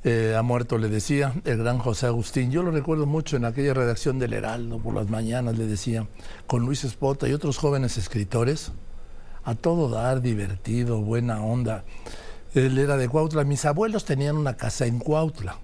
Ha muerto, le decía, el gran José Agustín. Yo lo recuerdo mucho en aquella redacción del Heraldo, por las mañanas, le decía, con Luis Espota y otros jóvenes escritores, a todo dar, divertido, buena onda. Él era de Cuautla. Mis abuelos tenían una casa en Cuautla,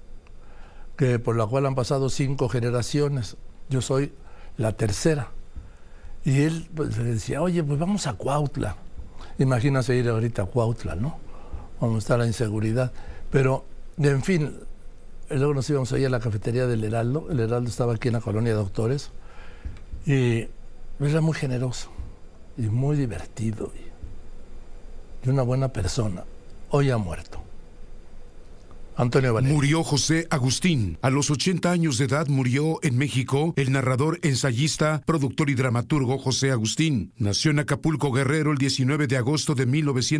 por la cual han pasado 5 generaciones. Yo soy la tercera. Y él pues, le decía, oye, pues vamos a Cuautla. Imagínate ir ahorita a Cuautla, ¿no? Vamos a estar la inseguridad. Pero, en fin, luego nos íbamos ahí a la cafetería del Heraldo. El Heraldo estaba aquí en la colonia de Doctores. Y era muy generoso y muy divertido y una buena persona. Hoy ha muerto. Antonio Valerio. Murió José Agustín. A los 80 años de edad murió en México el narrador, ensayista, productor y dramaturgo José Agustín. Nació en Acapulco, Guerrero, el 19 de agosto de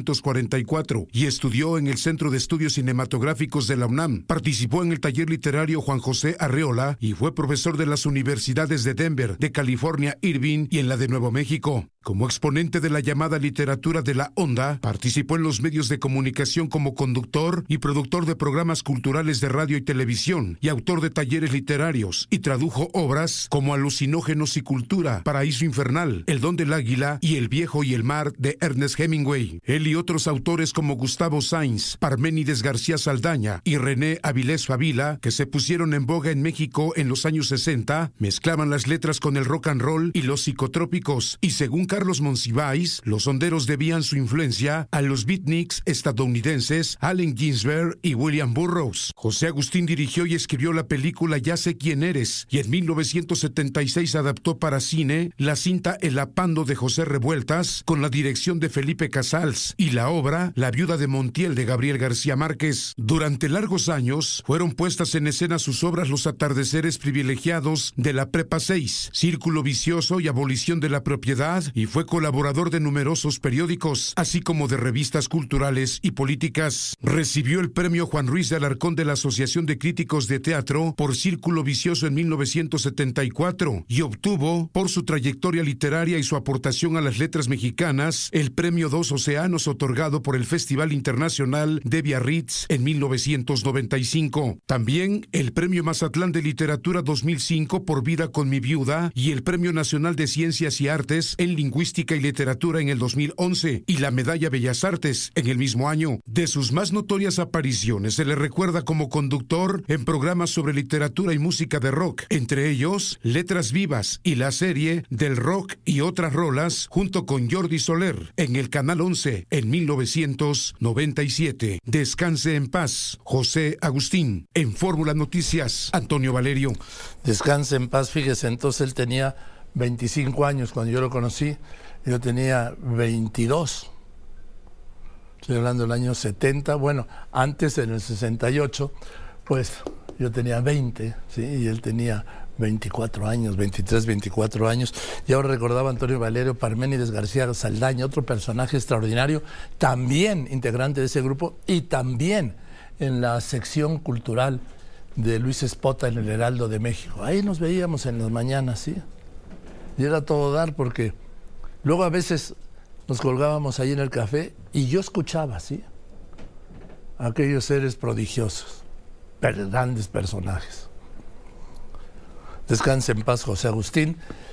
1944 y estudió en el Centro de Estudios Cinematográficos de la UNAM. Participó en el taller literario Juan José Arreola y fue profesor de las universidades de Denver, de California, Irvine y en la de Nuevo México. Como exponente de la llamada literatura de la onda, participó en los medios de comunicación como conductor y productor de programas culturales de radio y televisión, y autor de talleres literarios, y tradujo obras como Alucinógenos y Cultura, Paraíso Infernal, El Don del Águila y El Viejo y el Mar de Ernest Hemingway. Él y otros autores como Gustavo Sainz, Parménides García Saldaña y René Avilés Favila, que se pusieron en boga en México en los años 60, mezclaban las letras con el rock and roll y los psicotrópicos, y según Carlos Monsiváis, los honderos debían su influencia a los beatniks estadounidenses Allen Ginsberg y William Burroughs. José Agustín dirigió y escribió la película Ya sé quién eres, y en 1976 adaptó para cine la cinta El Apando de José Revueltas, con la dirección de Felipe Casals, y la obra La viuda de Montiel de Gabriel García Márquez. Durante largos años fueron puestas en escena sus obras Los atardeceres privilegiados de la Prepa 6, Círculo vicioso y Abolición de la propiedad, y fue colaborador de numerosos periódicos, así como de revistas culturales y políticas. Recibió el premio Juan Ruiz de Alarcón de la Asociación de Críticos de Teatro por Círculo vicioso en 1974 y obtuvo, por su trayectoria literaria y su aportación a las letras mexicanas, el premio Dos Océanos otorgado por el Festival Internacional de Biarritz en 1995. También el premio Mazatlán de Literatura 2005 por Vida con mi viuda y el premio Nacional de Ciencias y Artes en Lingüística y Literatura en el 2011 y la Medalla Bellas Artes en el mismo año. De sus más notorias apariciones se le recuerda como conductor en programas sobre literatura y música de rock, entre ellos Letras Vivas y la serie Del Rock y otras rolas, junto con Jordi Soler en el Canal 11 en 1997. Descanse en paz, José Agustín. En Fórmula Noticias, Antonio Valerio. Descanse en paz, fíjese, entonces él tenía 25 años cuando yo lo conocí, yo tenía 22. Estoy hablando del año 70, bueno, antes en el 68, pues yo tenía 20, ¿sí? Y él tenía 24 años, 23, 24 años. Y ahora recordaba Antonio Valerio, Parménides García Saldaña, otro personaje extraordinario, también integrante de ese grupo y también en la sección cultural de Luis Espota en el Heraldo de México. Ahí nos veíamos en las mañanas, ¿sí? Y era todo dar, porque luego a veces nos colgábamos ahí en el café y yo escuchaba, ¿sí?, aquellos seres prodigiosos, grandes personajes. Descanse en paz, José Agustín.